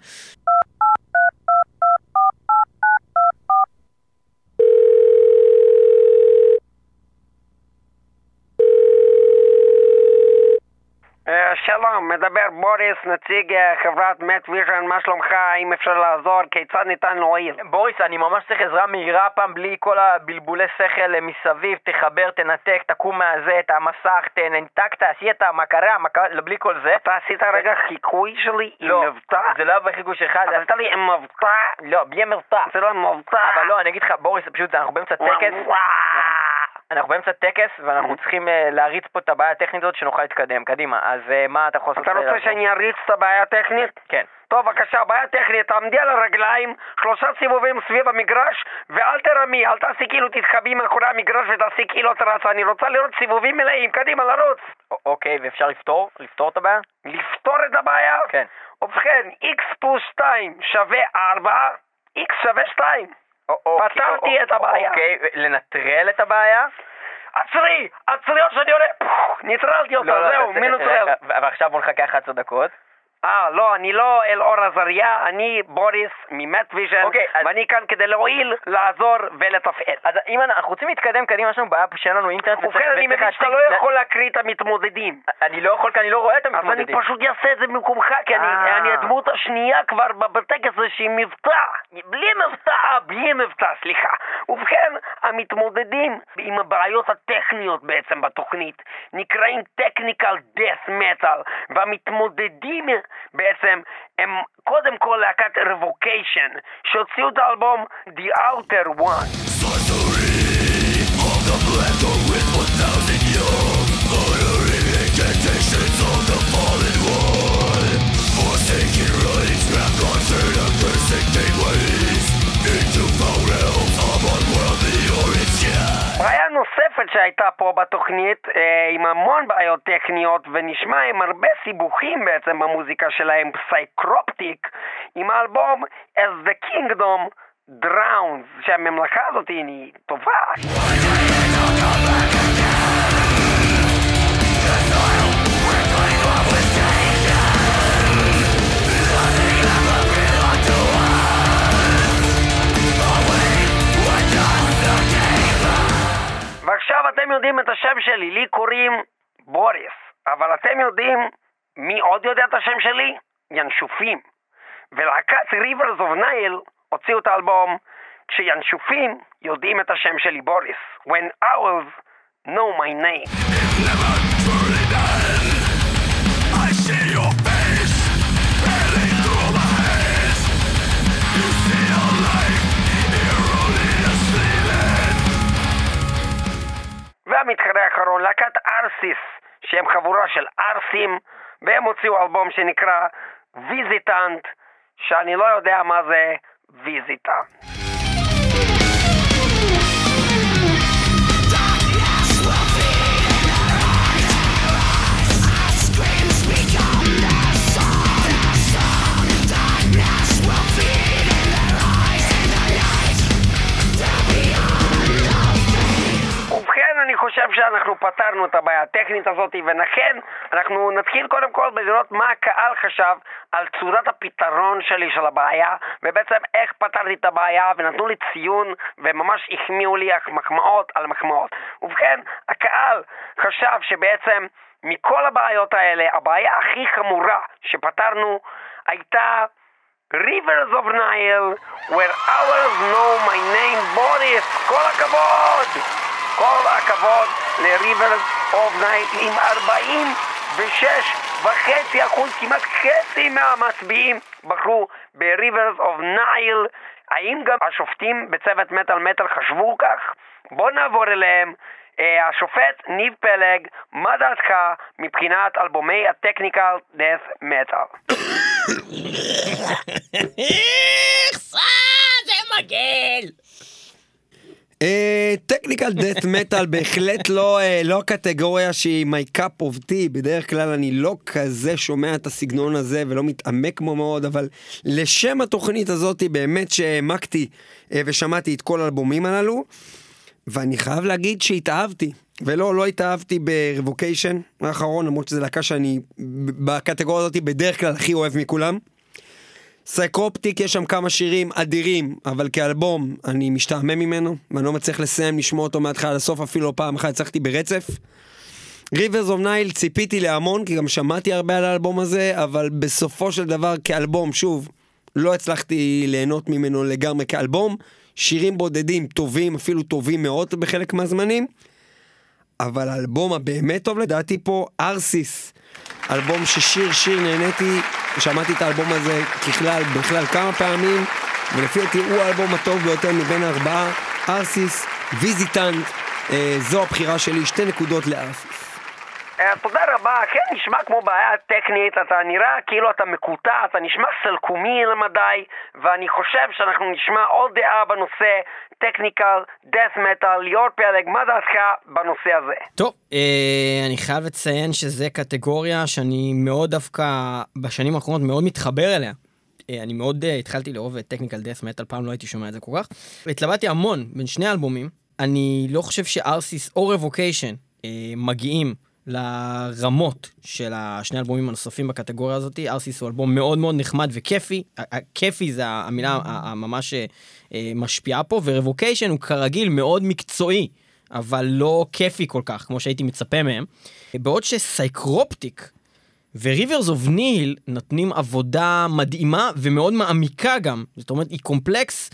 שלום, מדבר בוריס, נציג חברת Met Vision, מה שלומך? האם אפשר לעזור? כיצד ניתן להועיל? בוריס, אני ממש צריך עזרה מהירה פעם, בלי כל הבלבולי שכל מסביב, תחבר, תנתק, תקום מהזה, את המסך, תנתק, עשית, מה קרה, בלי כל זה. אתה עשית רגע חיקוי שלי עם מבטא? זה לא היה חיקוי שלך, אבל אתה לי עם מבטא? לא, בלי מבטא. זה לא מבטא. אבל לא, אני אגיד לך, בוריס, פשוט אנחנו באמצע טקס. אנחנו באמצע טקס, ואנחנו צריכים להריץ פה את הבעיה הטכנית הזאת שנוכל להתקדם. קדימה, אז מה אתה יכול לעשות? אתה רוצה שאני אריץ את הבעיה הטכנית? כן. טוב, בבקשה, בעיה טכנית, תעמדי על הרגליים, שלושה סיבובים סביב המגרש, ואל תרמי, אל תעשי כאילו תתחבי מאחורי המגרש ותעשי כאילו תרצה. אני רוצה לראות סיבובים מלאים, קדימה, לרוץ. אוקיי, ואפשר לפתור? לפתור את הבעיה? לפתור את הבעיה? כן. ובכן, x פלוס שתיים שווה ארבע, x שווה שתיים. פתרתי את הבעיה. אוקיי, לנטרל את הבעיה? עצרי! עצרי או שאני עולה... נטרלתי אותה, זהו, מי נטרל? ועכשיו בוא נחכה אחת עשרה דקות. אה, לא, אני לא אלאור עזריה, אני בוריס ממט ויז'ן, ואני כאן כדי להועיל, לעזור ולתפעל. אז אם אנחנו רוצים להתקדם קדימה, יש לנו בעיה שאין לנו אינטרנט. ובכן, אני מבין שאתה לא יכול להקריא את המתמודדים. אני לא יכול, כי אני לא רואה את המתמודדים. אז אני פשוט אעשה את זה במקומך, כי אני הדמות השנייה כבר בטקס הזה שהיא מבטא. בלי מבטא, בלי מבטא, סליחה. ובכן, המתמודדים עם הבעיות הטכניות בעצם בתוכנית נקראים Technical Death Metal, והמתמודדים בעצם הם קודם כל להקת Revocation שהוציאו את האלבום The Outer One. בעיה נוספת שהייתה פה בתוכנית אה, עם המון בעיות טכניות ונשמע עם הרבה סיבוכים בעצם במוזיקה שלהם, פסייקרופטיק, עם האלבום As the Kingdom Drowns, שהממלכה הזאת היא טובה. We're going to אתם יודעים את השם שלי, לי קוראים בוריס, אבל אתם יודעים מי עוד יודע את השם שלי? ינשופים. ולהקת Rivers of Nile הוציאו את האלבום כשינשופים יודעים את השם שלי, בוריס. When owls know my name. Never truly done. I see your face burning through the haze. You see your life eroding and sleeping. והמתחרה האחרון, להקת ארסיס, שהם חבורה של ארסים, והם הוציאו אלבום שנקרא ויזיטנט, שאני לא יודע מה זה ויזיטנט. אני חושב שאנחנו פתרנו את הבעיה הטכנית הזאת, ולכן אנחנו נתחיל קודם כל בלראות מה הקהל חשב על צורת הפתרון שלי של הבעיה, ובעצם איך פתרתי את הבעיה, ונתנו לי ציון וממש החמיאו לי מחמאות על מחמאות. ובכן, הקהל חשב שבעצם מכל הבעיות האלה, הבעיה הכי חמורה שפתרנו הייתה Rivers of Nile, where owls know my name, בוריס. כל הכבוד! כל הכבוד ל-Rivers of Nile עם ארבעים ושש וחצי אחוז, כמעט חצי מהמצביעים בחרו ב-Rivers of Nile. האם גם השופטים בצוות מטל מטל חשבו כך? בוא נעבור אליהם. אה, השופט ניב פלג, מה דעתך מבחינת אלבומי הטכניקל דאף מטל? איך זה מגעיל! טכניקל דאט מטל בהחלט לא לא הקטגוריה שהיא my cup of tea. בדרך כלל אני לא כזה שומע את הסגנון הזה ולא מתעמק כמו מאוד, אבל לשם התוכנית הזאת באמת שהעמקתי ושמעתי את כל האלבומים הללו, ואני חייב להגיד שהתאהבתי, ולא לא התאהבתי ברבוקיישן האחרון, למרות שזה להקה שאני בקטגוריה הזאת בדרך כלל הכי אוהב מכולם. סייקרופטיק, יש שם כמה שירים אדירים, אבל כאלבום אני משתעמם ממנו, ואני לא מצליח לסיים לשמוע אותו מהתחלה לסוף, אפילו לא פעם אחת הצלחתי ברצף. Rivers of Nile ציפיתי להמון, כי גם שמעתי הרבה על האלבום הזה, אבל בסופו של דבר כאלבום, שוב, לא הצלחתי ליהנות ממנו לגמרי כאלבום. שירים בודדים טובים, אפילו טובים מאוד בחלק מהזמנים, אבל האלבום הבאמת טוב לדעתי פה, ארסיס, אלבום ששיר שיר נהניתי, שמעתי את האלבום הזה ככלל, בכלל כמה פעמים, ולפי אותי הוא האלבום הטוב ביותר מבין הארבעה. ארסיס, ויזיטנט, אה, זו הבחירה שלי, שתי נקודות לארסיס. תודה רבה, כן, נשמע כמו בעיה טכנית, אתה נראה כאילו אתה מקוטע, אתה נשמע סלקומי למדי, ואני חושב שאנחנו נשמע עוד דעה בנושא טכניקל דאט מטל. ליאור פלג, מה דעתך בנושא הזה? טוב, אה, אני חייב לציין שזה קטגוריה שאני מאוד דווקא בשנים האחרונות מאוד מתחבר אליה. אה, אני מאוד אה, התחלתי לאהוב את טכניקל דאט מטל, פעם לא הייתי שומע את זה כל כך. התלבטתי המון בין שני אלבומים, אני לא חושב שארסיס או רבוקיישן אה, מגיעים לרמות של השני אלבומים הנוספים בקטגוריה הזאת. ארסיס הוא אלבום מאוד מאוד נחמד וכיפי, כיפי זה המילה הממש משפיעה פה, ורבוקיישן הוא כרגיל מאוד מקצועי, אבל לא כיפי כל כך, כמו שהייתי מצפה מהם. בעוד שסייקרופטיק ו-Rivers of Nile נותנים עבודה מדהימה ומאוד מעמיקה גם, זאת אומרת היא קומפלקס,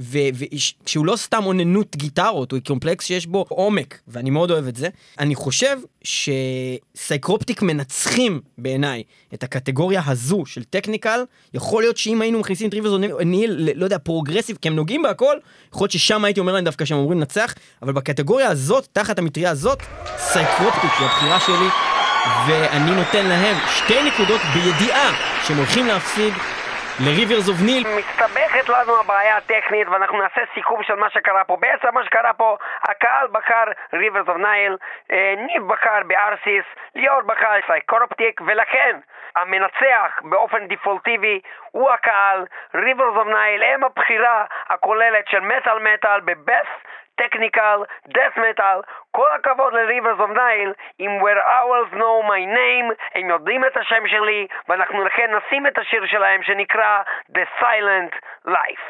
ושהוא לא סתם עוננות גיטרות, הוא קומפלקס שיש בו עומק, ואני מאוד אוהב את זה. אני חושב שסייקרופטיק מנצחים בעיניי את הקטגוריה הזו של טכניקל. יכול להיות שאם היינו מכניסים את Rivers of Nile, לא יודע, פרוגרסיב, כי הם נוגעים בהכל, יכול להיות ששם הייתי אומר להם דווקא שהם אומרים נצח, אבל בקטגוריה הזאת, תחת המטריה הזאת, סייקרופטיק היא הבחירה שלי, ואני נותן להם שתי נקודות בידיעה שהם הולכים להפסיד ל-Rivers of Nile. מסתבכת לנו הבעיה הטכנית, ואנחנו נעשה סיכום של מה שקרה פה. בעצם מה שקרה פה, הקהל בחר Rivers of Nile, ניב בחר בארסיס, ליאור בחר סייקרופטיק, ולכן המנצח באופן דיפולטיבי הוא הקהל. Rivers of Nile הם הבחירה הכוללת של מטל מטל בבסט טכניקל דאט מטל. כל הכבוד ל-Rivers of Nile עם Where Owls Know My Name, הם יודעים את השם שלי, ואנחנו לכן נשים את השיר שלהם שנקרא The Silent Life.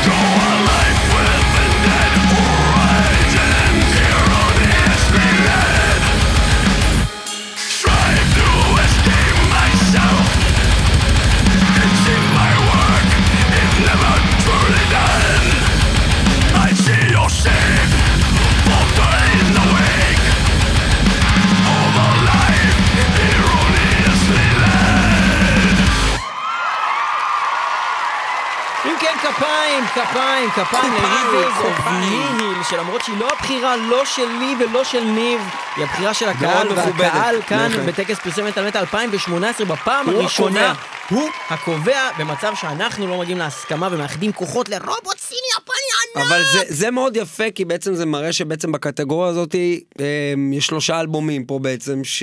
כפיים, כפיים, כפיים ל-Rivers of Nihil, שלמרות שהיא לא הבחירה לא שלי ולא של ניב, היא הבחירה של הקהל, והקהל כאן בטקס פרסי מטל מטל אלפיים שמונה עשרה בפעם הראשונה הוא הקובע במצב שאנחנו לא מגיעים להסכמה ומאחדים כוחות לרובוט סיני יפני ענק. אבל זה, זה מאוד יפה, כי בעצם זה מראה שבעצם בקטגוריה הזאת יש שלושה אלבומים פה בעצם, ש...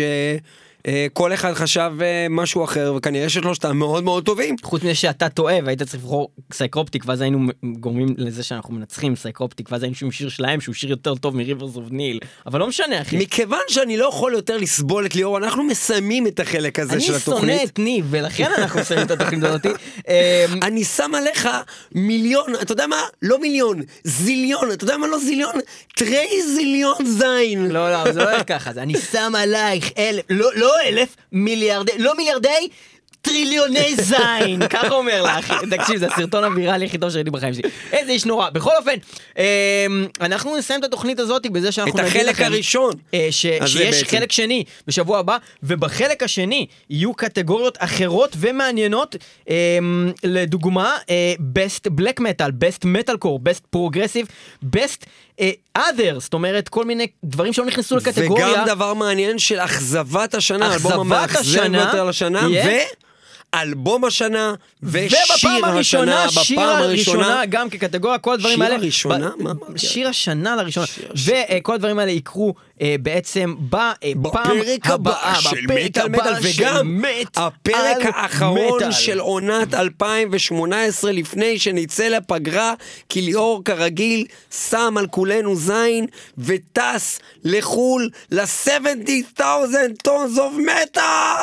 כל אחד חשב משהו אחר, וכנראה ששלושתם מאוד מאוד טובים. חוץ מזה שאתה טועה, והיית צריך לבחור סייקרופטיק, ואז היינו גורמים לזה שאנחנו מנצחים סייקרופטיק, ואז היינו שום שיר שלהם, שהוא שיר יותר טוב מ-Rivers of Nihil, אבל לא משנה, אחי. מכיוון שאני לא יכול יותר לסבול את ליאור, אנחנו מסיימים את החלק הזה של התוכנית. אני שונא את ניב, ולכן אנחנו מסיימים את התוכנית הזאת. אני שם עליך מיליון, אתה יודע מה? לא מיליון, זיליון, אתה יודע מה לא זיליון? טרי זיליון זין. לא, לא, זה לא הולך ככה, אני שם עלייך אלף, לא, לא אלף, מיליארדי, לא מיליארדי, טריליוני זין, ככה אומר לה, אחי, תקשיב, זה הסרטון הוויראלי הכי טוב שראיתי בחיים שלי, איזה איש נורא. בכל אופן, אנחנו נסיים את התוכנית הזאת בזה שאנחנו נגיד לכם, את החלק הראשון, שיש חלק שני בשבוע הבא, ובחלק השני יהיו קטגוריות אחרות ומעניינות, לדוגמה, Best Black Metal, Best Metalcore, Best Progressive, Best Other, זאת אומרת, כל מיני דברים שלא נכנסו לקטגוריה. וגם דבר מעניין של אכזבת השנה, אלבום המאכזב ביותר לשנה, ו... אלבום השנה ושיר השנה, שיר הראשונה גם כקטגוריה, כל הדברים האלה, שיר הראשונה? שיר השנה לראשונה, וכל הדברים האלה יקרו בעצם בפעם הבאה של מטל מטל, וגם הפרק האחרון של עונת אלפיים שמונה עשרה לפני שנצא לפגרה, כי ליאור כרגיל שם על כולנו זין וטס לחול ל-שבעים אלף tons of metal.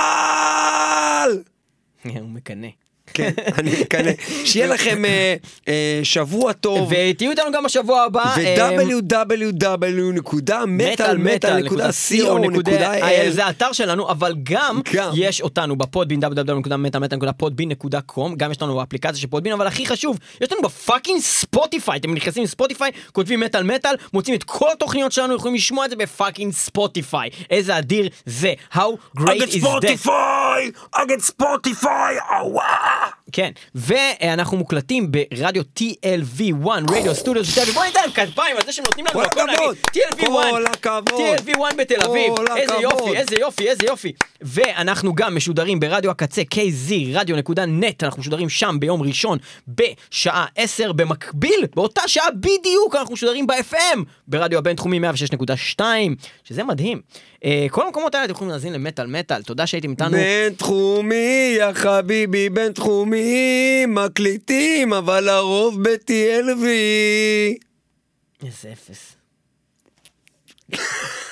הוא מקנה. כן, אני מקנה. שיהיה לכם שבוע טוב. ותהיו איתנו גם בשבוע הבא. ו-דאבליו דאבליו דאבליו נקודה מטל מטל נקודה סי או נקודה איי אל. זה האתר שלנו, אבל גם יש אותנו בפודבין, דאבליו דאבליו דאבליו נקודה מטל מטל נקודה פודבין נקודה קום, גם יש לנו באפליקציה של פודבין, אבל הכי חשוב, יש לנו בפאקינג ספוטיפיי. אתם נכנסים לספוטיפיי, כותבים מטל מטל, מוצאים את כל התוכניות שלנו, יכולים לשמוע את זה בפאקינג ספוטיפיי. איזה אדיר זה. How great is that? I get Spotify, אוואה. כן, ואנחנו מוקלטים ברדיו טי אל וי וואן, רדיו סטודיו של תל אביב. בוא ניתן כפיים על זה שנותנים לנו מקום להגיד טי אל וי וואן, טי אל וי וואן בתל אביב. איזה יופי, איזה יופי, איזה יופי. ואנחנו גם משודרים ברדיו הקצה קיי זי, רדיו נקודה נט, אנחנו משודרים שם ביום ראשון בשעה עשר, במקביל, באותה שעה בדיוק אנחנו משודרים ב-אף אם, ברדיו הבינתחומי מאה ושש נקודה שתיים, שזה מדהים. כל המקומות האלה אתם יכולים להזין למטל מטל. תודה שהייתם איתנו. בינתחומי, יא חביבי, בינתחומי, מקליטים, אבל הרוב ב-טי אל וי. איזה אפס.